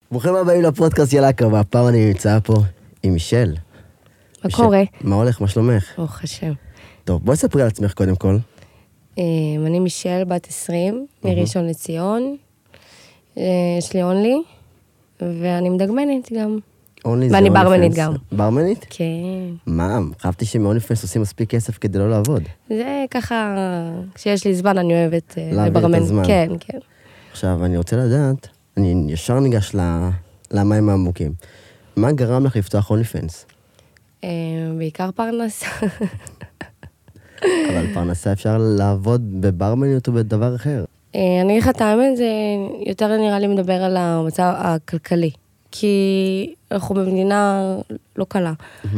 ברוכים הבאים לפודקאסט ילקה, והפעם אני נמצא פה עם מישל. מה קורה? מה הולך? מה שלומך? ברוך השם. טוב, בואי ספרי על עצמך קודם כל. אני מישל, בת 20, מראשון לציון. יש לי אונלי, ואני מדגמנת גם. ואני ברמנית גם. ברמנית? כן. מה? חשבתי שמאוניפנס עושים מספיק כסף כדי לא לעבוד. זה ככה, כשיש לי זמן אני אוהבת להעביר את הזמן. כן, כן. עכשיו, אני רוצה לדעת, אני ישר ניגש למים העמוקים. מה גרם לך לפתוח אוניפנס? בעיקר פרנסה. אבל פרנסה אפשר לעבוד בברמניות או בדבר אחר. אני אגיד לך את האמת, זה יותר נראה לי מדבר על המצב הכלכלי. כי אנחנו במדינה לא קלה.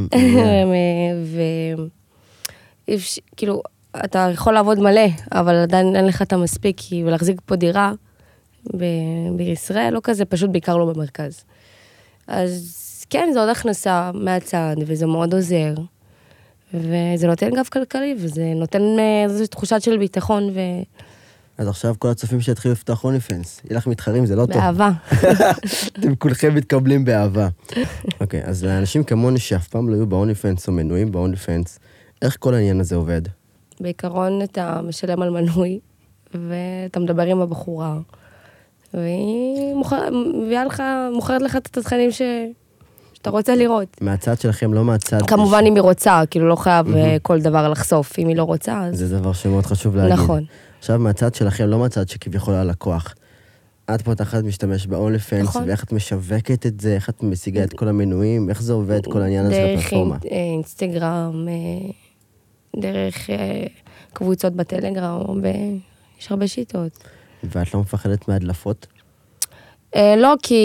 וכאילו, אתה יכול לעבוד מלא, אבל עדיין אין לך את המספיק, ולהחזיק פה דירה בישראל, לא כזה, פשוט בעיקר לא במרכז. אז כן, זה עוד הכנסה מהצד, וזה מאוד עוזר. וזה נותן גב כלכלי, וזה נותן איזו תחושת של ביטחון אז עכשיו כל הצופים שהתחילו לפתוח אוניפנס, יהיה לך מתחרים, זה לא טוב. באהבה. אתם כולכם מתקבלים באהבה. אוקיי, אז לאנשים כמוני שאף פעם לא היו באוניפנס או מנויים באוניפנס, איך כל העניין הזה עובד? בעיקרון אתה משלם על מנוי, ואתה מדבר עם הבחורה, והיא מוכרת לך את התכנים שאתה רוצה לראות. מהצד שלכם, לא מהצד... כמובן אם היא רוצה, כאילו לא חייב כל דבר לחשוף, אם היא לא רוצה, אז... זה דבר שמאוד חשוב להגיד. נכון. עכשיו, מהצד שלכם, לא מהצד שכביכול הלקוח. את פותחת משתמש באוניפנס, נכון. ואיך את משווקת את זה, איך את משיגה את כל המנויים, איך זה עובד, כל העניין הזה בפלטפורמה. דרך אינסטגרם, דרך קבוצות בטלגרם, יש הרבה שיטות. ואת לא מפחדת מהדלפות? לא, כי...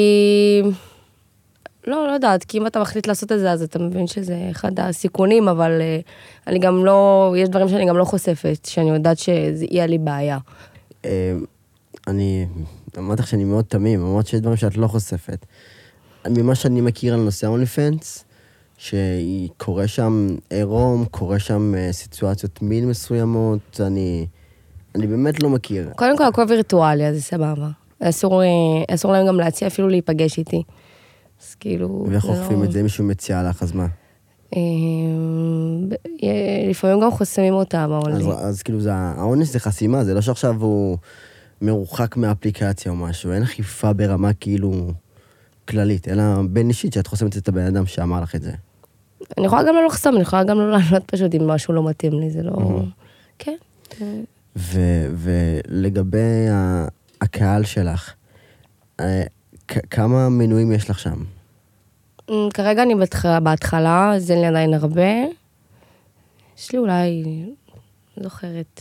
לא יודעת, כי אם אתה מחליט לעשות את זה, אז אתה מבין שזה אחד הסיכונים, אבל אני גם לא, יש דברים שאני גם לא חושפת, שאני יודעת שזה יהיה לי בעיה. אני אמרתי לך שאני מאוד תמים, אמרת שיש דברים שאת לא חושפת. ממה שאני מכיר על נושא אוניפנס, שקורה שם עירום, קורה שם סיטואציות מין מסוימות, אני באמת לא מכיר. קודם כל, הכל וירטואלי, אז זה סבבה. אסור להם גם להציע אפילו להיפגש איתי. אז כאילו... ואיך אוכפים את זה, מישהו מציע לך, אז מה? לפעמים גם חוסמים אותם, אז כאילו, האונס זה חסימה, זה לא שעכשיו הוא מרוחק מהאפליקציה או משהו, אין אכיפה ברמה כאילו כללית, אלא בין אישית שאת חוסמת את הבן אדם שאמר לך את זה. אני יכולה גם לא לחסום, אני יכולה גם לא לענות פשוט אם משהו לא מתאים לי, זה לא... כן. ולגבי הקהל שלך, כמה מנויים יש לך שם? כרגע אני בהתחלה, אז אין לי עדיין הרבה. יש לי אולי, לא זוכרת,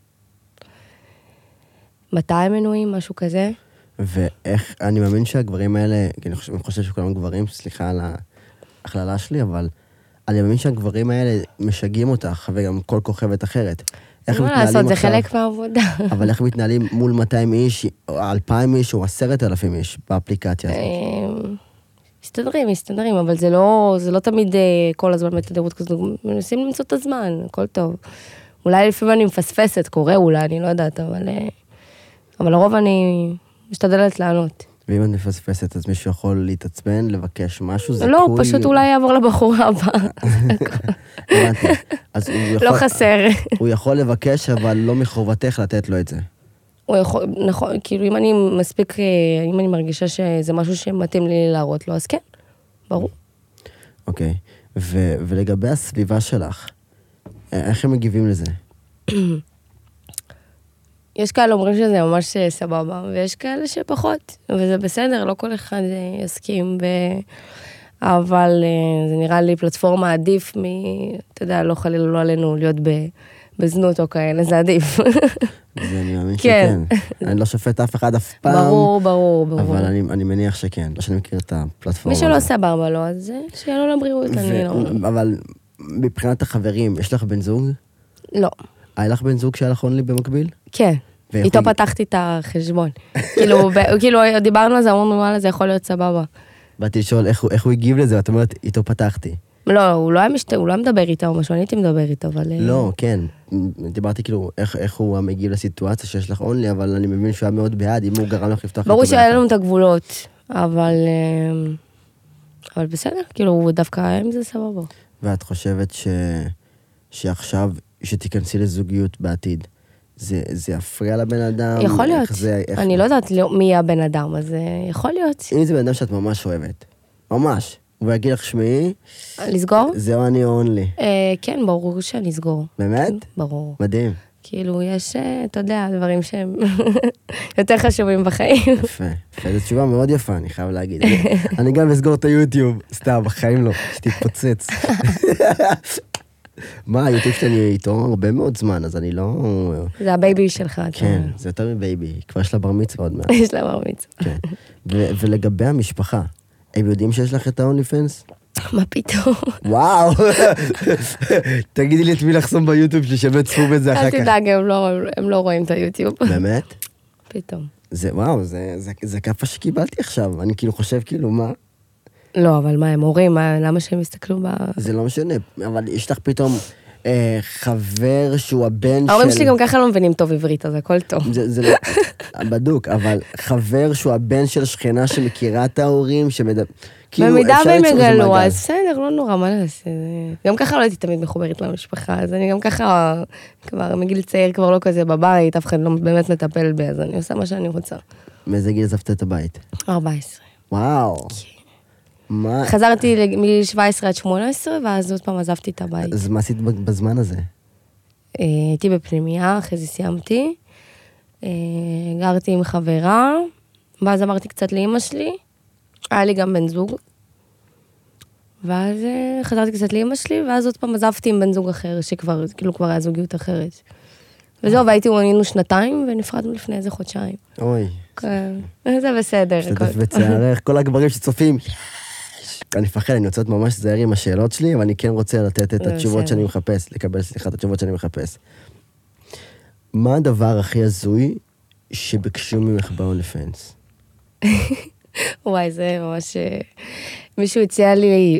200 מנויים, משהו כזה. ואיך, אני מאמין שהגברים האלה, כי אני חושב שכולם גברים, סליחה על ההכללה שלי, אבל אני מאמין שהגברים האלה משגעים אותך, וגם כל כוכבת אחרת. מה לעשות, זה חלק מהעבודה. אבל איך מתנהלים מול 200 איש, או 2,000 איש, או 10,000 איש באפליקציה הזאת? מסתדרים, אבל זה לא תמיד כל הזמן בתדירות כזאת, מנסים למצוא את הזמן, הכל טוב. אולי לפעמים אני מפספסת, קורה אולי, אני לא יודעת, אבל לרוב אני משתדלת לענות. ואם את מפספסת, אז מישהו יכול להתעצבן, לבקש משהו, זה לא, פשוט אולי יעבור לבחורה הבאה. לא חסר. הוא יכול לבקש, אבל לא מחובתך לתת לו את זה. הוא יכול, נכון, כאילו אם אני מספיק, אם אני מרגישה שזה משהו שמתאים לי להראות לו, אז כן, ברור. אוקיי, ולגבי הסביבה שלך, איך הם מגיבים לזה? יש כאלה אומרים שזה ממש סבבה, ויש כאלה שפחות, וזה בסדר, לא כל אחד יסכים, אבל זה נראה לי פלטפורמה עדיף אתה יודע, לא חלילה לא עלינו להיות בזנות או כאלה, זה עדיף. זה אני מאמין שכן. אני לא שופט אף אחד אף פעם. ברור. אבל אני מניח שכן, לא שאני מכיר את הפלטפורמה. מי שלא סבבה לו, אז שיהיה לו לבריאות, אני לא... אבל מבחינת החברים, יש לך בן זוג? לא. היה לך בן זוג שהיה לך אונלי במקביל? כן. איתו פתחתי את החשבון. כאילו, דיברנו על זה, אמרנו, וואלה, זה יכול להיות סבבה. באתי לשאול איך הוא הגיב לזה, ואת אומרת, איתו פתחתי. לא, הוא לא היה מדבר איתה או משהו, אני הייתי מדבר איתה, אבל... לא, כן. דיברתי כאילו, איך הוא מגיב לסיטואציה שיש לך אונלי, אבל אני מבין שהוא היה מאוד בעד, אם הוא גרם לך לפתוח... ברור שהיה לנו את הגבולות, אבל בסדר, כאילו, הוא דווקא עם זה סבבה. ואת חושבת שעכשיו, שתיכנסי לזוגיות בעתיד, זה יפריע לבן אדם? יכול להיות. אני לא יודעת מי יהיה הבן אדם, אז יכול להיות. אם זה בן אדם שאת ממש אוהבת, ממש, הוא יגיד לך, שמעי, לסגור? זהו אני אונלי. כן, ברור שאני אסגור. באמת? ברור. מדהים. כאילו, יש, אתה יודע, דברים שהם יותר חשובים בחיים. יפה, זו תשובה מאוד יפה, אני חייב להגיד. אני גם אסגור את היוטיוב, סתם, בחיים לא, שתתפוצץ. מה, היוטיוב שלי איתו הרבה מאוד זמן, אז אני לא... זה הבייבי שלך. כן, זה יותר מבייבי, כבר יש לה בר מצווה עוד מעט. יש לה בר מצווה. כן, ולגבי המשפחה, הם יודעים שיש לך את ה-OnlyFans? מה פתאום? וואו, תגידי לי את מי לחסום ביוטיוב ששווה צפו בזה אחר כך. אל תדאג, הם לא רואים את היוטיוב. באמת? פתאום. וואו, זה כפה שקיבלתי עכשיו, אני כאילו חושב כאילו מה? לא, אבל מה, הם הורים, למה שהם יסתכלו ב... זה לא משנה, אבל יש לך פתאום חבר שהוא הבן של... ההורים שלי גם ככה לא מבינים טוב עברית, אז הכל טוב. זה לא... בדוק, אבל חבר שהוא הבן של שכנה שמכירה את ההורים, במידה והם יגלו, אז בסדר, לא נורא, מה נעשה? גם ככה לא הייתי תמיד מחוברת למשפחה, אז אני גם ככה, כבר מגיל צעיר כבר לא כזה בבית, אף אחד לא באמת מטפל בי, אז אני עושה מה שאני רוצה. מאיזה גיל עזבת את הבית? 14. וואו. מה? חזרתי מ-17 עד 18, ואז עוד פעם עזבתי את הבית. אז מה עשית בזמן הזה? הייתי בפנימייה, אחרי זה סיימתי. גרתי עם חברה, ואז עברתי קצת לאמא שלי. היה לי גם בן זוג. ואז חזרתי קצת לאמא שלי, ואז עוד פעם עזבתי עם בן זוג אחר, שכבר, כאילו כבר היה זוגיות אחרת. וזהו, היינו שנתיים, ונפרדנו לפני איזה חודשיים. אוי. כן, זה בסדר. שתף בצערך, כל הגברים שצופים. אני מפחד, אני רוצה להיות ממש זהיר עם השאלות שלי, אבל אני כן רוצה לתת את התשובות שאני מחפש, לקבל, סליחה, את התשובות שאני מחפש. מה הדבר הכי הזוי שבקשו ממך ב-OnlyFans? וואי, זה ממש... מישהו הציע לי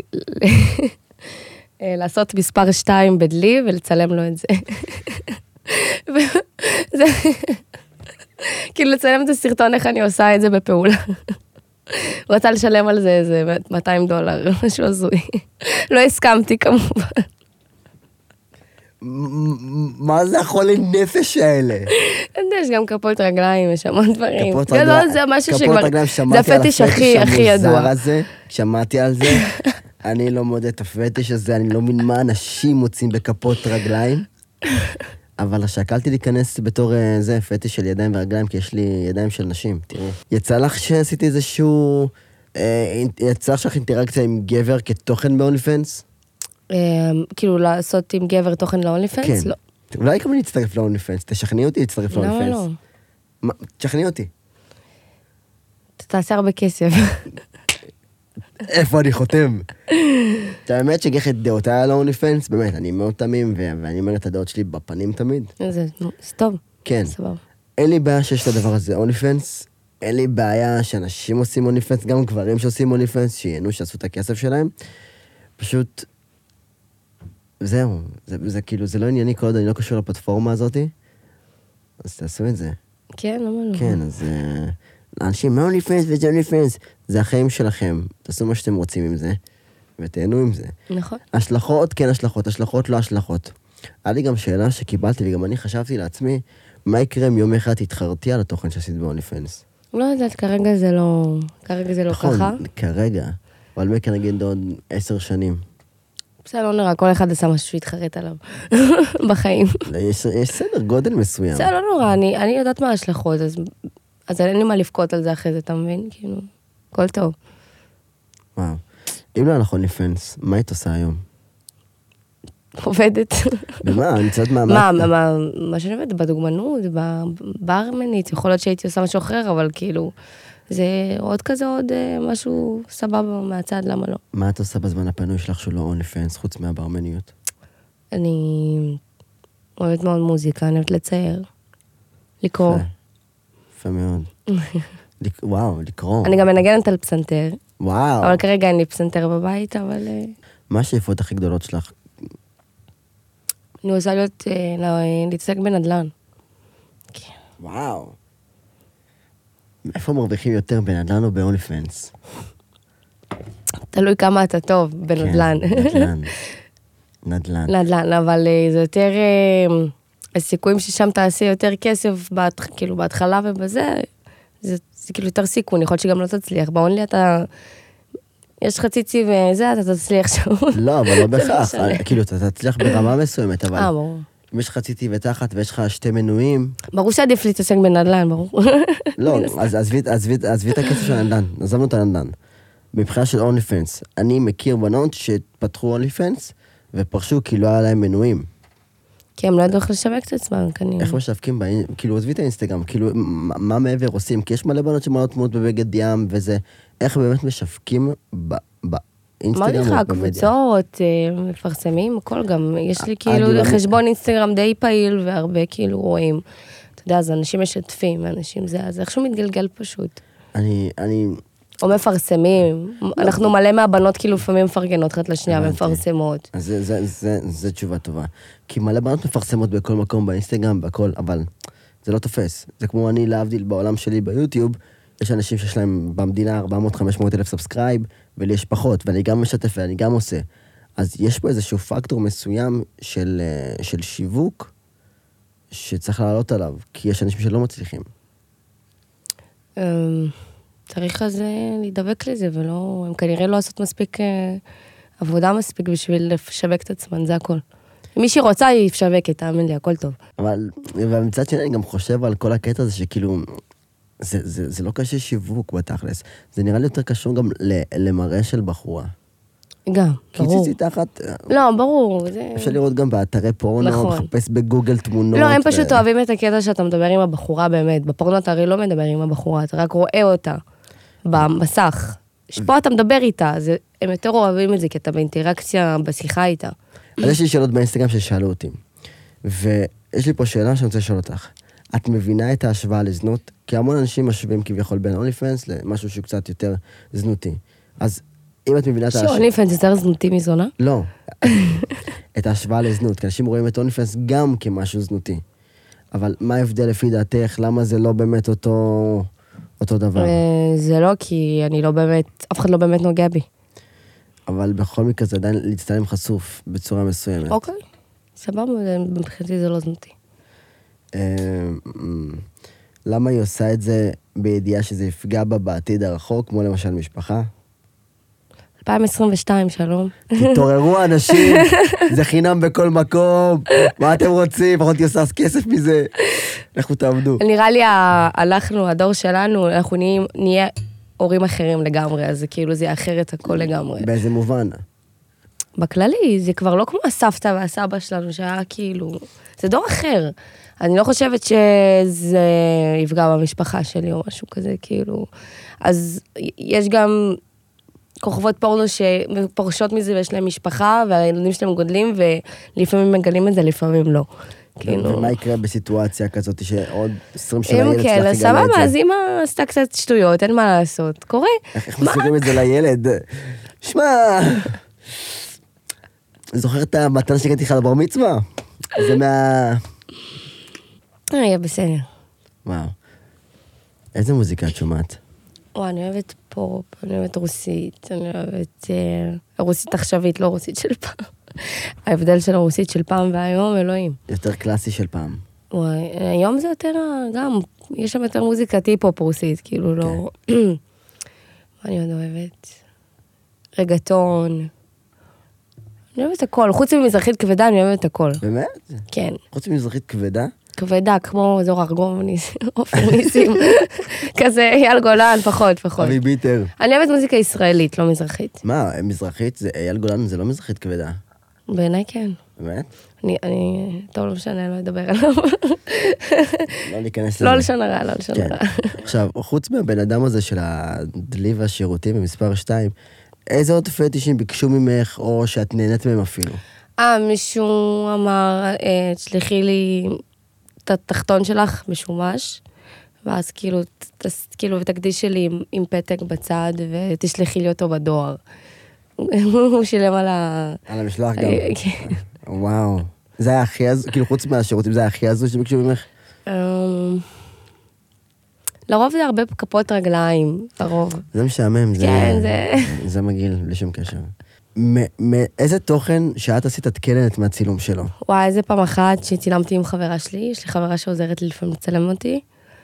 לעשות מספר 2 בדלי ולצלם לו את זה. כאילו לצלם את הסרטון איך אני עושה את זה בפעולה. הוא רצה לשלם על זה איזה $200, משהו הזוי. לא הסכמתי כמובן. מה זה החולי נפש האלה? יש גם כפות רגליים, יש המון דברים. כפות רגליים, זה משהו שכבר... זה הפטיש הכי ידוע. שמעתי על זה, אני לא מודה את הפטיש הזה, אני לא מבין מה אנשים מוצאים בכפות רגליים, אבל שקלתי להיכנס בתור זה, פטיש של ידיים ורגליים, כי יש לי ידיים של נשים, תראי. יצא לך שעשיתי איזשהו... יצא לך אינטראקציה עם גבר כתוכן ב-OnlyFans? כאילו לעשות עם גבר תוכן ל-OnlyFans? כן. לא. אולי כמה להצטרף ל-OnlyFans? תשכנעי אותי להצטרף ל-OnlyFans. למה לא? תשכנעי אותי. תעשה הרבה כסף. איפה אני חותם? האמת שגח את דעותיי על ה-OnlyFans, באמת, אני מאוד תמים, ואני אומר את הדעות שלי בפנים תמיד. זה טוב. כן. סבבה. אין לי בעיה שיש את הדבר הזה, OnlyFans. אין לי בעיה שאנשים עושים OnlyFans, גם גברים שעושים OnlyFans, שיהנו, שעשו את הכסף שלהם. פשוט... זהו, זה כאילו, זה לא ענייני כל עוד, אני לא קשור לפלטפורמה הזאת, אז תעשו את זה. כן, למה לא? כן, אז אנשים, מה OnlyFans וזה OnlyFans? זה החיים שלכם, תעשו מה שאתם רוצים עם זה, ותהנו עם זה. נכון. השלכות, כן השלכות, השלכות לא השלכות. היה לי גם שאלה שקיבלתי, וגם אני חשבתי לעצמי, מה יקרה אם יום אחד תתחרתי על התוכן שעשית ב-OnlyFans? לא יודעת, כרגע זה לא נכון, ככה. כרגע, אבל מה יקרה נגיד עוד 10 שנים? בסדר, לא נראה, כל אחד עשה משהו שהתחרט עליו בחיים. יש סדר גודל מסוים. בסדר, לא נורא, אני יודעת מה ההשלכות, אז אין לי מה לבכות על זה אחרי זה, אתה מבין? כאילו, הכל טוב. וואו. אם לא נכון OnlyFans, מה היית עושה היום? עובדת. במה? אני קצת מה שאני עובדת? בדוגמנות, בברמנית, יכול להיות שהייתי עושה משהו אחר, אבל כאילו, זה עוד כזה, עוד משהו סבבה מהצד, למה לא? מה את עושה בזמן הפנוי שלך שלא OnlyFans, חוץ מהברמניות? אני אוהבת מאוד מוזיקה, אני אוהבת לצייר, לקרוא. יפה מאוד. וואו, לקרוא. אני גם מנגנת על פסנתר. וואו. אבל כרגע אין לי פסנתר בבית, אבל... מה השאיפות הכי גדולות שלך? אני רוצה להתעסק בנדל"ן. וואו. איפה מרוויחים יותר, בנדל"ן או ב-only fans? תלוי כמה אתה טוב בנדל"ן. נדל"ן. נדל"ן. נדל"ן, אבל זה יותר, הסיכויים ששם תעשה יותר כסף, כאילו בהתחלה ובזה, זה כאילו יותר סיכון, יכול להיות שגם לא תצליח. ב-only אתה, יש לך ציצי וזה, אתה תצליח שם. לא, אבל לא בכך. כאילו, אתה תצליח ברמה מסוימת, אבל... ברור. אם יש לך ציצי ותחת ויש לך 2 מנויים... ברור שעדיף להתעסק בנדל"ן, ברור. לא, אז עזבי את הכסף של הנדל"ן, עזבנו את הנדל"ן. מבחינה של only fans, אני מכיר בנות שפתחו only fans ופרשו כי לא היה להם מנויים. כי הם לא ידעו איך לשווק את עצמם, כנראה. איך משווקים, כאילו, עזבי את האינסטגרם, כאילו, מה מעבר עושים? כי יש מלא בנות שמעלות תמונות בבגד ים וזה, איך באמת משווקים באינסטגרם או מה במדיה? קבוצות, מפרסמים, הכל גם, יש לי כאילו חשבון אינסטגרם די פעיל, והרבה כאילו רואים. אתה יודע, אז אנשים משתפים, אנשים זה, אז איכשהו מתגלגל פשוט. או מפרסמים, אנחנו מלא מהבנות כאילו לפעמים מפרגנות אחת לשנייה ומפרסמות. אז זה תשובה טובה. כי מלא בנות מפרסמות בכל מקום, באינסטגרם, בכל, אבל זה לא תופס. זה כמו אני להבדיל בעולם שלי ביוטיוב, יש אנשים שיש להם במדינה 400-500 אלף סאבסקרייב, ולי יש פחות, ואני גם משתף ואני גם עושה. אז יש פה איזשהו פקטור מסוים של שיווק, שצריך לעלות עליו, כי יש אנשים שלא מצליחים. צריך אז להידבק לזה, ולא, הם כנראה לא עושות מספיק עבודה מספיק בשביל לשווק את עצמן, זה הכל. מי שרוצה היא משווקת, תאמין לי, הכל טוב. אבל, ומצד שני אני גם חושב על כל הקטע הזה שכאילו, זה לא קשה שיווק בתכלס, זה נראה לי יותר קשור גם למראה של בחורה. גם, ברור. כי ציצי תחת... לא, ברור. אפשר לראות גם באתרי פורנו, לחפש בגוגל תמונות. לא, הם פשוט אוהבים את הקטע שאתה מדבר עם הבחורה באמת. בפורנו אתה הרי לא מדבר עם הבחורה, אתה רק רואה אותה במסך. פה אתה מדבר איתה, הם יותר אוהבים את זה, כי אתה באינטראקציה בשיחה איתה. אז יש לי שאלות באינסטגרם ששאלו אותי, ויש לי פה שאלה שאני רוצה לשאול אותך. את מבינה את ההשוואה לזנות? כי המון אנשים משווים כביכול בין only fans למשהו שהוא קצת יותר זנותי. אז אם את מבינה את ההשוואה... ש-only fans יותר זנותי מזונה? לא. את ההשוואה לזנות, כי אנשים רואים את only fans גם כמשהו זנותי. אבל מה ההבדל לפי דעתך? למה זה לא באמת אותו דבר? זה לא, כי אני לא באמת, אף אחד לא באמת נוגע בי. אבל בכל מקרה זה עדיין להצטלם חשוף בצורה מסוימת. אוקיי, סבבה, מבחינתי זה לא זנותי. למה היא עושה את זה בידיעה שזה יפגע בה בעתיד הרחוק, כמו למשל משפחה? 2022, שלום. תתעוררו אנשים, זה חינם בכל מקום, מה אתם רוצים? פחות יעשה כסף מזה, לכו תעבדו. נראה לי אנחנו, הדור שלנו, אנחנו נהיה הורים אחרים לגמרי, אז כאילו זה יהיה אחרת הכל לגמרי. באיזה מובן? בכללי, זה כבר לא כמו הסבתא והסבא שלנו, שהיה כאילו, זה דור אחר. אני לא חושבת שזה יפגע במשפחה שלי או משהו כזה, כאילו. אז יש גם כוכבות פורנו שפורשות מזה ויש להם משפחה, והילדים שלהם גודלים, ולפעמים מגלים את זה, לפעמים לא. ומה יקרה בסיטואציה כזאת שעוד 20 שנה ילד שלך יגלה את זה? סבבה, אז אמא עשתה קצת שטויות, אין מה לעשות, קורה. איך מסבירים את זה לילד? שמע, זוכר את המתנה שקראתי לך לבר מצווה? זה יהיה בסדר. וואו. איזה מוזיקה את שומעת? אני אוהבת פופ, אני אוהבת רוסית, אני אוהבת רוסית עכשווית, לא רוסית של פעם. ההבדל של הרוסית של פעם והיום, אלוהים. יותר קלאסי של פעם. וואי, היום זה יותר, גם, יש שם יותר מוזיקה טיפ-הופ רוסית, כאילו לא... מה אני עוד אוהבת? רגטון. אני אוהבת הכל, חוץ ממזרחית כבדה, אני אוהבת הכל. באמת? כן. חוץ ממזרחית כבדה? כבדה, כמו זור ארגום, אופן ניסים. כזה, אייל גולן, פחות. אבי ביטר. אני אוהבת מוזיקה ישראלית, לא מזרחית. מה, מזרחית, אייל גולן זה לא מזרחית כבדה. בעיניי כן. באמת? טוב, לא משנה, לא אדבר עליו. לא להיכנס לזה. לא לשון הרע, לא לשון הרע. עכשיו, חוץ מהבן אדם הזה של הדלי והשירותים במספר 2, איזה עוד פטישים ביקשו ממך, או שאת נהנית מהם אפילו? מישהו אמר, תשלחי לי את התחתון שלך משומש, ואז כאילו, ותקדישי לי עם פתק בצד, ותשלחי לי אותו בדואר. הוא שילם על על המשלוח גם. וואו. זה היה הכי הזו, כאילו חוץ מהשירותים, זה היה הכי הזו שביקשו ממך? לרוב זה הרבה כפות רגליים, לרוב. זה משעמם, כן, זה מגעיל, בלי שום קשר. מאיזה תוכן שאת עשית את קלנת מהצילום שלו? וואי, איזה פעם אחת שצילמתי עם חברה שלי, יש לי חברה שעוזרת לי לפעמים לצלם אותי.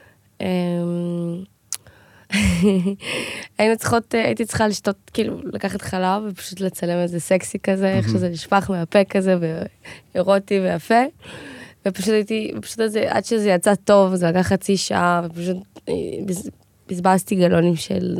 הייתי צריכה לשתות, כאילו, לקחת חלב ופשוט לצלם איזה סקסי כזה, איך שזה נשפך מהפה כזה, ואירוטי ויפה. ופשוט עד שזה יצא טוב, זה לקח חצי שעה, ופשוט בזבזתי גלונים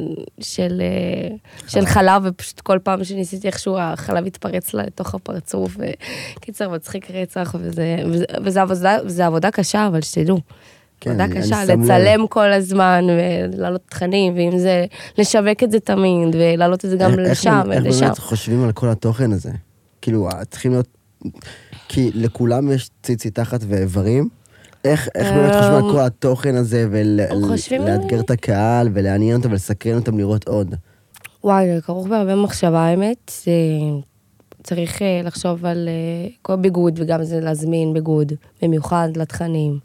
של חלב, ופשוט כל פעם שניסיתי איכשהו, החלב התפרץ לה לתוך הפרצוף, וקיצר מצחיק רצח, וזה עבודה קשה, אבל שתדעו. עבודה קשה, לצלם כל הזמן, ולעלות תכנים, ואם זה לשווק את זה תמיד, ולעלות את זה גם לשם ולשם. איך באמת חושבים על כל התוכן הזה? כאילו, צריכים להיות... כי לכולם יש ציצי תחת ואיברים. איך באמת חושבים על כל התוכן הזה, ולאתגר את הקהל, ולעניין אותם, ולסקרן אותם לראות עוד? וואי, כרוך בהרבה מחשבה, האמת. צריך לחשוב על כל ביגוד, וגם זה להזמין ביגוד, במיוחד לתכנים.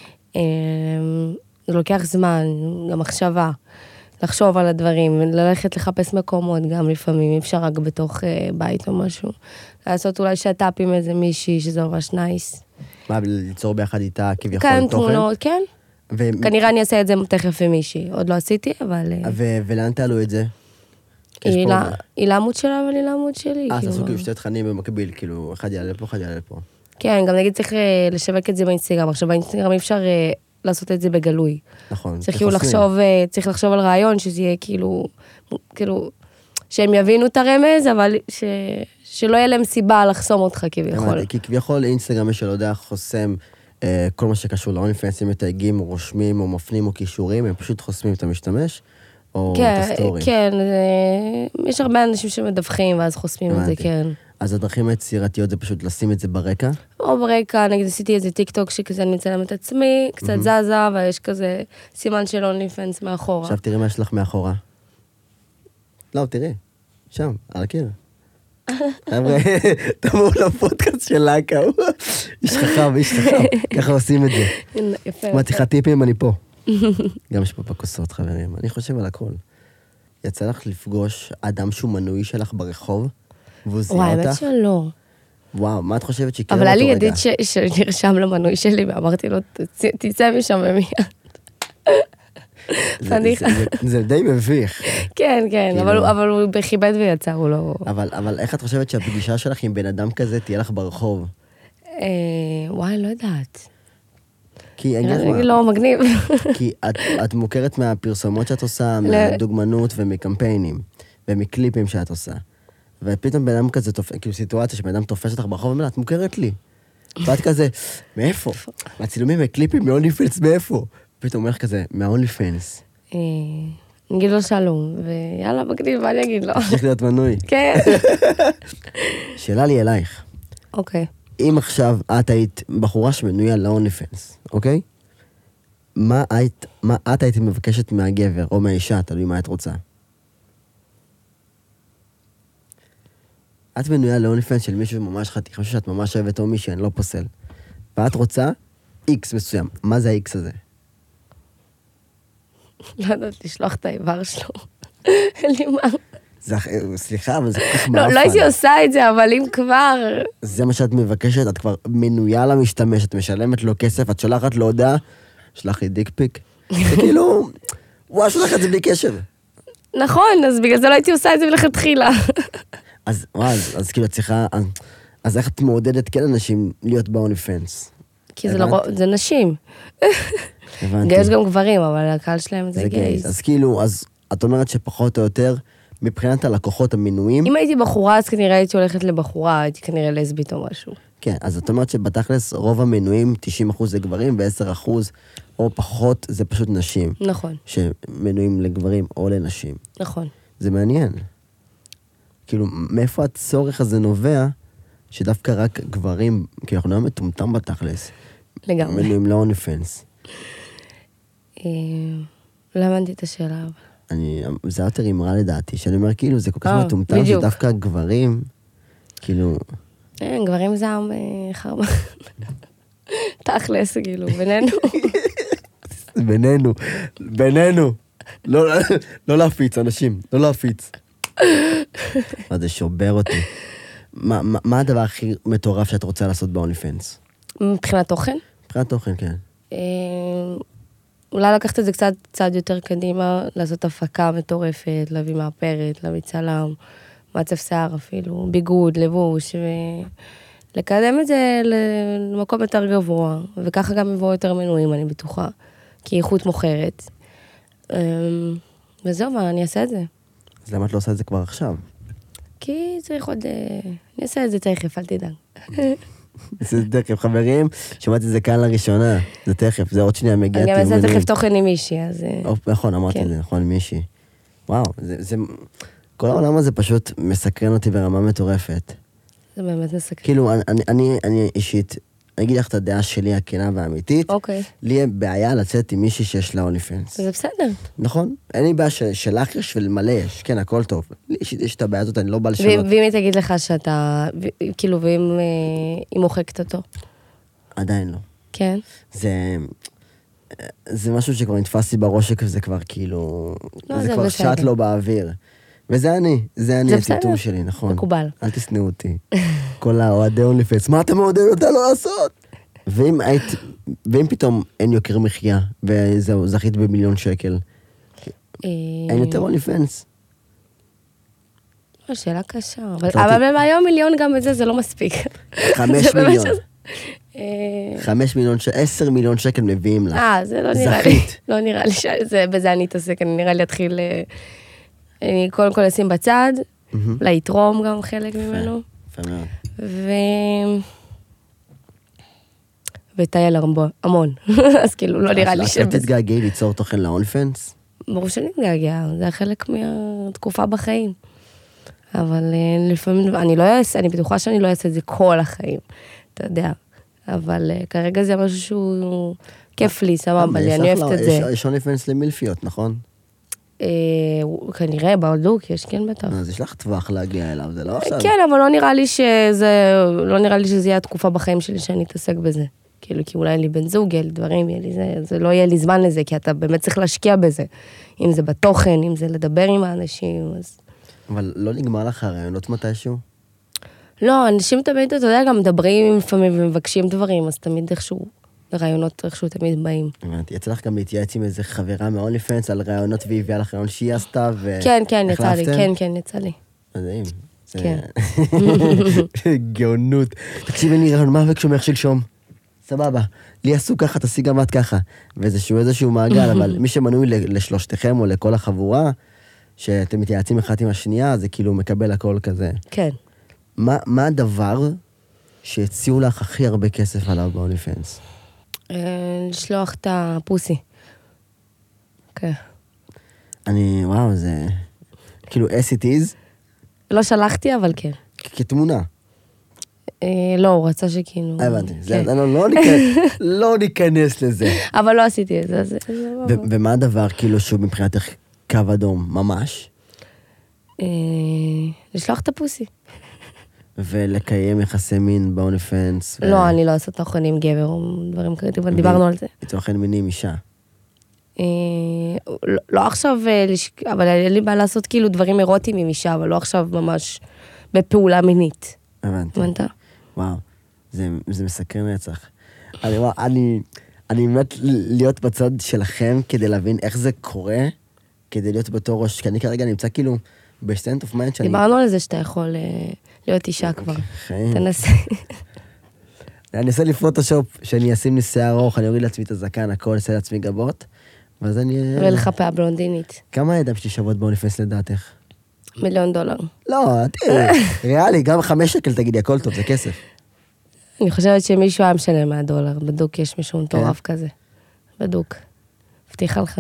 זה לוקח זמן, גם מחשבה, לחשוב על הדברים, ללכת לחפש מקומות גם לפעמים, אפשר רק בתוך בית או משהו. לעשות אולי שטאפ עם איזה מישהי, שזה ממש נייס. מה, ליצור ביחד איתה כביכול כן, תוכן? תמונות, כן. כנראה אני אעשה את זה תכף עם מישהי, עוד לא עשיתי, אבל... ולאן תעלו את זה? היא לעמוד שלה, אבל היא לעמוד שלי. תעשו כאילו שתי תכנים במקביל, כאילו, אחד יעלה פה, אחד יעלה פה. כן, גם נגיד צריך לשווק את זה באינסטגרם, עכשיו באינסטגרם אי אפשר לעשות את זה בגלוי. נכון. צריך לחשוב על רעיון, שזה יהיה כאילו, שהם יבינו את הרמז, אבל שלא יהיה להם סיבה לחסום אותך כביכול. כי כביכול אינסטגרם יש לא יודע חוסם כל מה שקשור לאונליפנס, אם מתייגים או רושמים או מפנים או קישורים, הם פשוט חוסמים את המשתמש, או את הסטורי. כן, יש הרבה אנשים שמדווחים ואז חוסמים את זה, כן. אז הדרכים היצירתיות זה פשוט לשים את זה ברקע? או ברקע, נגיד עשיתי איזה טיק טוק שכזה אני מצלם את עצמי, קצת זזה, ויש כזה סימן של אונליפנס מאחורה. עכשיו תראי מה יש לך מאחורה. לא, תראי, שם, על הקיר. חבר'ה, תבואו לפודקאסט של להקה, איש חכם, איש חכם, ככה עושים את זה. יפה. מה, צריכה טיפים, אני פה. גם יש פה בכוסות, חברים, אני חושב על הכל. יצא לך לפגוש אדם שהוא מנוי שלך ברחוב, והוא זיהה אותך? וואי, האמת שלא. וואו, מה את חושבת שיקרה אבל באותו היה רגע? לי ידיד שנרשם למנוי שלי, ואמרתי לו, תצא משם ומיד. זה די מביך. כן, כן, אבל הוא בכיבד ויצא, הוא לא... אבל איך את חושבת שהפגישה שלך עם בן אדם כזה תהיה לך ברחוב? וואי, לא יודעת. כי אני אגיד מה... לא, מגניב. כי את מוכרת מהפרסומות שאת עושה, מהדוגמנות ומקמפיינים, ומקליפים שאת עושה. ופתאום בן אדם כזה, כאילו סיטואציה שבן אדם תופס אותך ברחוב, ואומר, את מוכרת לי. ואת כזה, מאיפה? מהצילומים, מקליפים, מהאונליפנס, מאיפה? פתאום אומר לך כזה, מהאונליפנס. נגיד לו שלום, ויאללה, מגניב, מה אני אגיד לו? צריך להיות מנוי. כן. שאלה לי אלייך. אוקיי. אם עכשיו את היית בחורה שמנויה לאונליפנס, אוקיי? מה את היית מבקשת מהגבר או מהאישה, תלוי מה את רוצה? את מנויה לאונליפנס של מישהו ממש חתיך, משהו שאת ממש אוהבת או מישהו, אני לא פוסל. ואת רוצה איקס מסוים. מה זה האיקס הזה? לא יודעת לשלוח את האיבר שלו. אין לי מה. סליחה, אבל זה כל כך מאפן. לא הייתי עושה את זה, אבל אם כבר... זה מה שאת מבקשת, את כבר מנויה למשתמש, את משלמת לו כסף, את שולחת לו הודעה, שלח לי דיק פיק. זה כאילו, וואו, שולחת את זה בלי קשר. נכון, אז בגלל זה לא הייתי עושה את זה מלכתחילה. אז כאילו את צריכה, אז איך את מעודדת כן אנשים להיות באונליפנס? כי זה נשים. הבנתי. יש גם גברים, אבל הקהל שלהם זה גייז. אז כאילו, אז את אומרת שפחות או יותר, מבחינת הלקוחות המנויים... אם הייתי בחורה, אז כנראה הייתי הולכת לבחורה, הייתי כנראה לסבית או משהו. כן, אז את אומרת שבתכלס רוב המנויים, 90% זה גברים, ו10% או פחות זה פשוט נשים. נכון. שמנויים לגברים או לנשים. נכון. זה מעניין. כאילו, מאיפה הצורך הזה נובע, שדווקא רק גברים, כי אנחנו לא מטומטם בתכלס. לגמרי. מנויים לאונליפנס. לא הבנתי את השאלה. זה יותר אמרה לדעתי, שאני אומר, כאילו, זה כל כך מטומטם, שדווקא גברים, כאילו... גברים זעם חרמן. תכלס, כאילו, בינינו. בינינו. לא להפיץ, אנשים, לא להפיץ. זה שובר אותי. מה הדבר הכי מטורף שאת רוצה לעשות ב-OnlyFans? מבחינת תוכן? מבחינת תוכן, כן. אולי לקחת את זה קצת יותר קדימה, לעשות הפקה מטורפת, להביא מאפרת, להביא צלם, מעצב שיער אפילו, ביגוד, לבוש, ולקדם את זה למקום יותר גבוה, וככה גם יבואו יותר מנויים, אני בטוחה, כי איכות מוכרת. וזהו, אני אעשה את זה. אז למה את לא עושה את זה כבר עכשיו? כי צריך עוד... אני אעשה את זה תכף, אל תדאג. זה תכף, חברים, שמעתי את זה כאן לראשונה, זה תכף, זה עוד שנייה מגיע. אני גם אעשה תכף תוכן עם מישהי, אז... נכון, אמרתי את זה, נכון, מישהי. וואו, כל העולם הזה פשוט מסקרן אותי ברמה מטורפת. זה באמת מסקרן. כאילו, אני אישית, אני אגיד לך את הדעה שלי, הכנה והאמיתית. אוקיי. לי יהיה בעיה לצאת עם מישהי שיש לה OnlyFans. זה בסדר. נכון? אין לי בעיה שלך יש ולמלא יש, כן, הכל טוב. לי אישית יש את הבעיה הזאת, אני לא בא לשנות. ואם היא תגיד לך שאתה, כאילו, ואם היא מוחקת אותו? עדיין לא. כן. זה משהו שכבר נתפס לי בראש, זה כבר כאילו... לא, זה כבר שט לו באוויר. וזה אני הציטום שלי, נכון. מקובל. אל תסנאו אותי. כל האוהדי OnlyFans, מה אתה מעודד אותה לא לעשות? ואם פתאום אין יוקר מחיה, וזהו, זכית ב1,000,000 שקל, אין יותר OnlyFans. שאלה קשה, אבל היום 1,000,000 גם את זה לא מספיק. 5 מיליון. 5 מיליון, 10 מיליון שקל מביאים לך. זה לא נראה לי. לא נראה לי שבזה אני אתעסק, אני נראה לי אתחיל... אני קודם כל אשים בצד, להתרום גם חלק ממנו. יפה מאוד. וטייל המון. אז כאילו, לא נראה לי את תתגעגעי ליצור תוכן ל-OnlyFans? ברור שאני מתגעגע, זה חלק מהתקופה בחיים. אבל לפעמים, אני בטוחה שאני לא אעשה את זה כל החיים, אתה יודע. אבל כרגע זה משהו שהוא כיף לי, סבבה לי, אני אוהבת את זה. יש OnlyFans למילפיות, נכון? כנראה, בעודוק יש, כן בטח. אז יש לך טווח להגיע אליו, זה לא עכשיו. כן, אבל לא נראה לי שזה יהיה התקופה בחיים שלי שאני אתעסק בזה. כאילו, כי אולי לי בן זוג, יהיה לי דברים, זה לא יהיה לי זמן לזה, כי אתה באמת צריך להשקיע בזה. אם זה בתוכן, אם זה לדבר עם האנשים, אז... אבל לא נגמר לך הרעיונות מתישהו? לא, אנשים תמיד, אתה יודע, גם מדברים לפעמים ומבקשים דברים, אז תמיד איכשהו, רעיונות איכשהו תמיד באים. יצא לך גם להתייעץ עם איזה חברה מ-OnlyFans על רעיונות והיא הביאה לך רעיון שהיא עשתה כן, יצא לי, כן, יצא לי. מדהים. כן. גאונות. תקשיב, אין לי רעיון, מה וכשומך שלשום? סבבה. לי עשו ככה, תעשי גם את ככה. ואיזשהו מעגל, אבל מי שמנוי לשלושתכם או לכל החבורה, שאתם מתייעצים אחת עם השנייה, זה כאילו מקבל הכל כזה. כן. מה הדבר שהציעו לך הכי הרבה כסף עליו ב-OnlyFans? לשלוח את הפוסי. כן. וואו, זה... כאילו, as it is? לא שלחתי, אבל כן. כתמונה. לא, הוא רצה שכאילו... הבנתי, לא ניכנס לזה. אבל לא עשיתי את זה. ומה הדבר כאילו שהוא מבחינתך קו אדום, ממש? לשלוח את הפוסי. ולקיים יחסי מין ב-OnlyFans. לא, אני לא אעשה תוכן עם גבר או דברים כאלה, אבל דיברנו על זה. תוכן מיני עם אישה. לא עכשיו, אבל אין לי בעיה לעשות כאילו דברים אירוטיים עם אישה, אבל לא עכשיו ממש בפעולה מינית. הבנתי. הבנת? וואו, זה מסקרן רצח. אני באמת להיות בצד שלכם כדי להבין איך זה קורה, כדי להיות בתור ראש, כי אני כרגע נמצא כאילו בסטנט אוף מיינד שאני... דיברנו על זה שאתה יכול להיות אישה כבר. תנסה. אני אעשה לי פוטושופ, שאני אשים לי שיער ארוך, אני אוריד לעצמי את הזקן, הכל, אעשה לעצמי גבות, ואז אני... ולך פאה בלונדינית. כמה הידיים שלי שוות ב-OnlyFans לדעתך? $1,000,000. לא, תראי, ריאלי, גם 5 שקל תגידי, הכל טוב, זה כסף. אני חושבת שמישהו היה משלם $100, בדוק יש מישהו מטורף כזה. בדוק. מבטיחה לך.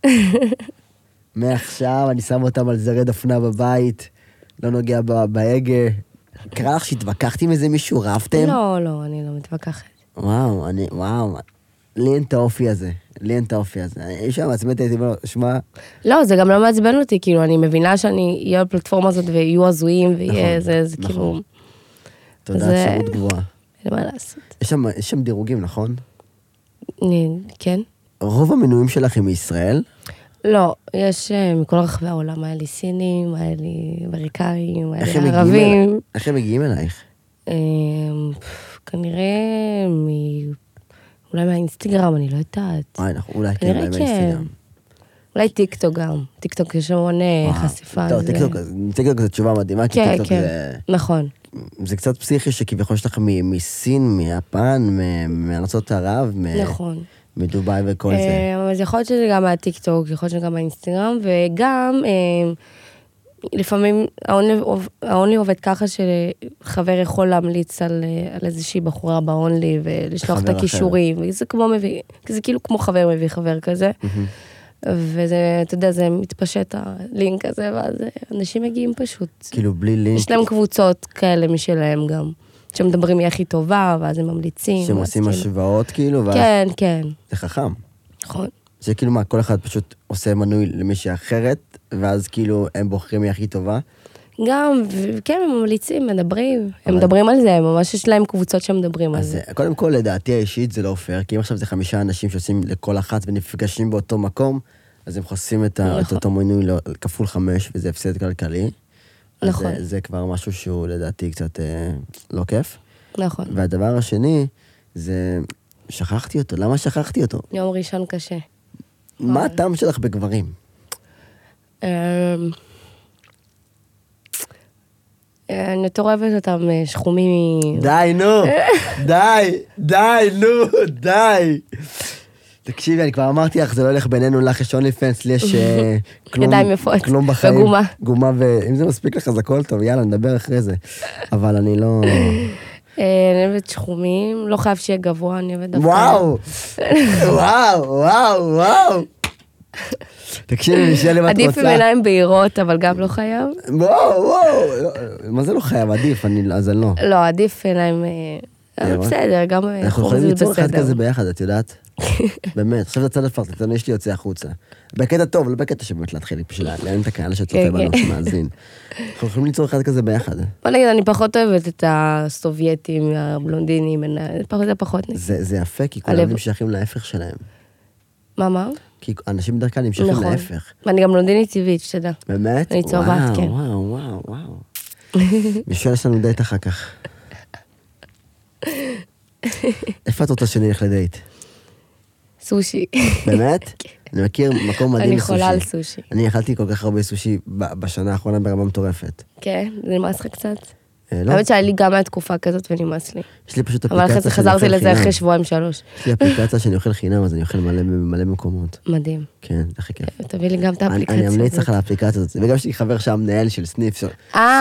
מעכשיו אני שם אותם על זרי דפנה בבית, לא נוגע בהגה. קרה לך שהתווכחתי עם איזה מישהו, רבתם? לא, אני לא מתווכחת. וואו, לי אין את האופי הזה. יש שם עצמת הייתי אומר, שמע... לא, זה גם לא מעצבן אותי, כאילו, אני מבינה שאני אהיה בפלטפורמה הזאת ויהיו הזויים, ויהיה זה כאילו... תודעת שירות גבוהה. אין מה לעשות. יש שם דירוגים, נכון? כן. רוב המנויים שלך הם מישראל? לא, יש מכל רחבי העולם, היה לי סינים, היה לי אמריקאים, היה איך לי הם ערבים. איך הם מגיעים אלייך? כנראה אולי מהאינסטגרם, אני לא יודעת. אולי כן, כנראה אולי כן. מהאינסטגרם. אולי טיקטוק גם. טיקטוק יש המון חשיפה. טוב, טיקטוק זה תשובה מדהימה, כי טיקטוק זה... נכון. זה קצת פסיכי שכביכול שלך מסין, מיפן, מארצות ערב, נכון. מדובאי וכל זה. אז יכול להיות שזה גם מהטיקטוק, יכול להיות שזה גם מהאינסטגרם, וגם לפעמים האונלי עובד ככה שחבר יכול להמליץ על איזושהי בחורה באונלי, ולשלוח את הכישורים, וזה כאילו כמו חבר מביא חבר כזה. וזה, אתה יודע, זה מתפשט הלינק הזה, ואז אנשים מגיעים פשוט. כאילו בלי לינק. יש להם קבוצות כאלה משלהם גם, שמדברים מי הכי טובה, ואז הם ממליצים. שהם עושים השוואות כאילו, ואז... כן, כן. זה חכם. נכון. זה כאילו מה, כל אחד פשוט עושה מנוי למישהי אחרת, ואז כאילו הם בוחרים מי הכי טובה. גם, כן, הם ממליצים, מדברים. הם מדברים על זה, ממש יש להם קבוצות שמדברים על זה. קודם כל, לדעתי האישית זה לא פייר, כי אם עכשיו זה 5 אנשים שעושים לכל אחת ונפגשים באותו מקום, אז הם חוסים את אותו מנוי כפול 5, וזה הפסד כלכלי. נכון. זה כבר משהו שהוא לדעתי קצת לא כיף. נכון. והדבר השני, זה... שכחתי אותו. למה שכחתי אותו? יום ראשון קשה. מה הטעם שלך בגברים? אני יותר אוהבת אותם שחומים. די, נו. די. תקשיבי, אני כבר אמרתי לך, זה לא הולך בינינו, לך יש אונלי פנס, לי יש ידיים יפות. כלום בחיים. וגומה. גומה, ואם זה מספיק לך, אז הכל טוב, יאללה, נדבר אחרי זה. אבל אני לא... אני אוהבת שחומים, לא חייב שיהיה גבוה, אני אוהבת דווקא. וואו. תקשיבי, נשאל אם את רוצה... עדיף עם עיניים בהירות, אבל גם לא חייב. וואו. מה זה לא חייב? עדיף, אז אני לא. לא, עדיף עיניים... בסדר, גם אנחנו חום יכולים זה ליצור אחד בסדר. כזה ביחד, את יודעת? באמת, עכשיו זה הצד הפרטני שלי יוצא החוצה. בקטע טוב, לא בקטע שבאמת להתחיל, פשוט להעניין את הקהל שצופה בנו שמאזין. אנחנו יכולים ליצור אחד כזה ביחד. בוא נגיד, אני פחות אוהבת את הסובייטים, הבלונדינים, זה פחות נגיד. זה יפה, כי כולם נמשכים להפך שלהם. מה? כי אנשים בדרך כלל נמשכים להפך. ואני גם בלונדינית טבעית, שתדע. באמת? אני צהובת, כן. וואו. מישהו יש לנו דייט אחר כך. איפה את רוצה שנלך לדייט? סושי. באמת? אני מכיר מקום מדהים לסושי. אני חולה על סושי. אני אכלתי כל כך הרבה סושי בשנה האחרונה ברמה מטורפת. כן? זה נמאס לך קצת? לא. האמת שהיה לי גם מהתקופה כזאת ונמאס לי. יש לי פשוט אבל אפליקציה אחרי זה חזרתי לזה אחרי 2-3. יש לי אפליקציה שאני אוכל חינם, אז אני אוכל מלא מקומות. מדהים. כן, זה הכי כיף. תביא לי גם את האפליקציה הזאת. אני אמליץ לך על האפליקציה הזאת. וגם יש לי חבר שם, מנהל של סניף סושי.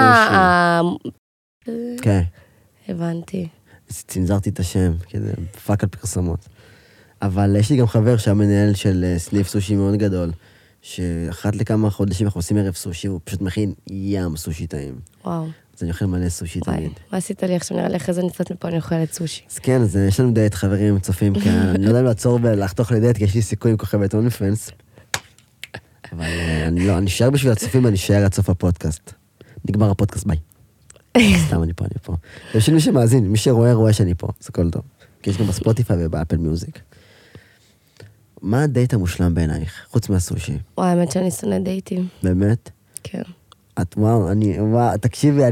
כן. הבנתי. צנזרתי את השם, כזה פאק על פרסומות. אבל יש לי גם חבר שהמנהל של סניף סושי מאוד גדול, שאחת לכמה חודשים אנחנו עושים ערב סושי, הוא פשוט מכין ים סושי טעים. וואו. אז אני אוכל מלא סושי תמיד. מה עשית לי עכשיו? נראה לי אחרי זה נצאת מפה, אני אוכלת סושי. אז כן, אז יש לנו דייט חברים צופים כאן, אני לא יודע אם לעצור ולחתוך לדייט, כי יש לי סיכוי עם כוכבת אונלי פנס. אבל אני אשאר בשביל הצופים, אני אשאר עד סוף הפודקאסט. נגמר הפודקאסט, ביי. סתם אני פה. יש לי מי שמאזין, מי שרואה שאני פה, זה כל טוב. כי יש גם בספוטיפיי ובאפל מיוזיק. מה הדייט המושלם בעינייך, חוץ מהסושי? וואי, האמת שאני שונא דייטים. באמת? כן. תקשיבי,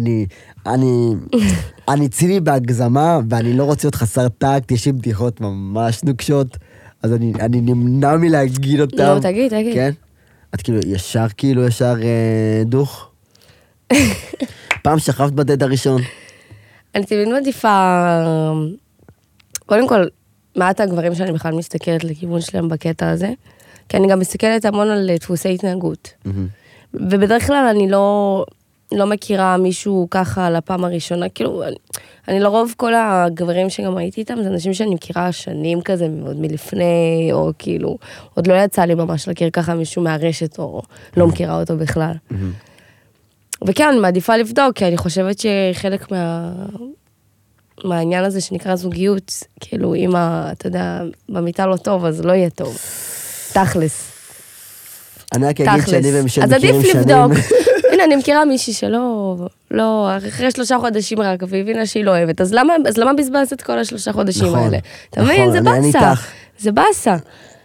אני ציני בהגזמה, ואני לא רוצה להיות חסר טקט, יש לי בדיחות ממש נוקשות, אז אני נמנע מלהגיד אותם. לא, תגיד. כן? את כאילו ישר דוך? פעם שכבת בדייט הראשון? אני תמיד מעדיפה, קודם כל, מעט הגברים שאני בכלל מסתכלת לכיוון שלהם בקטע הזה, כי אני גם מסתכלת המון על דפוסי התנהגות. ובדרך כלל אני לא מכירה מישהו ככה על הפעם הראשונה, כאילו, אני לרוב כל הגברים שגם הייתי איתם, זה אנשים שאני מכירה שנים כזה, עוד מלפני, או כאילו, עוד לא יצא לי ממש להכיר ככה מישהו מהרשת, או לא מכירה אותו בכלל. וכן, אני מעדיפה לבדוק, כי אני חושבת שחלק מהעניין הזה שנקרא זוגיות, כאילו, אם אתה יודע, במיטה לא טוב, אז לא יהיה טוב. תכלס. אני רק אגיד שאני ומשל אז מכירים עדיף שנים. לבדוק. הנה, אני מכירה מישהי לא, אחרי 3 חודשים רק, והבינה שהיא לא אוהבת. אז למה בזבזת את כל 3 חודשים האלה? אתה מבין? זה באסה. זה באסה.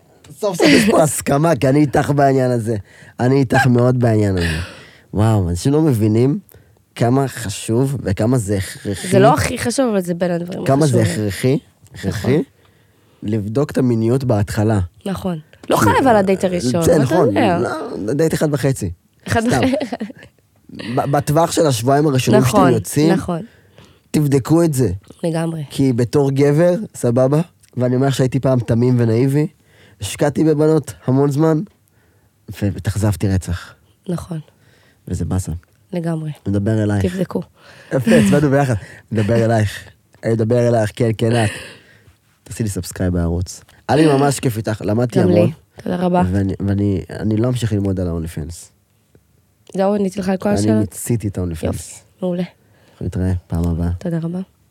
סוף סוף יש פה הסכמה, כי אני איתך בעניין הזה. אני איתך מאוד בעניין הזה. וואו, אנשים לא מבינים כמה חשוב וכמה זה הכרחי. זה לא הכי חשוב, אבל זה בין הדברים החשובים. כמה זה הכרחי לבדוק את המיניות בהתחלה. נכון. לא חייב על הדייט הראשון. זה נכון, דייט 1.5. סתם. בטווח של השבועיים הראשונים שאתם יוצאים, תבדקו את זה. לגמרי. כי בתור גבר, סבבה, ואני אומר שהייתי פעם תמים ונאיבי, השקעתי בבנות המון זמן, ותחזבתי רצח. נכון. וזה בסה. לגמרי. מדבר אלייך. תבדקו. יפה, הצבענו ביחד. מדבר אלייך. מדבר אלייך, כן, כן, את. תעשי לי סאבסקרייב בערוץ. היה לי ממש כיף איתך, למדתי המון. גם לי, תודה רבה. ואני לא אמשיך ללמוד על האוניפנס. זהו, עניתי לך על כל השאלות? אני מיציתי את האוניפנס. יופי, מעולה. אנחנו נתראה פעם הבאה. תודה רבה.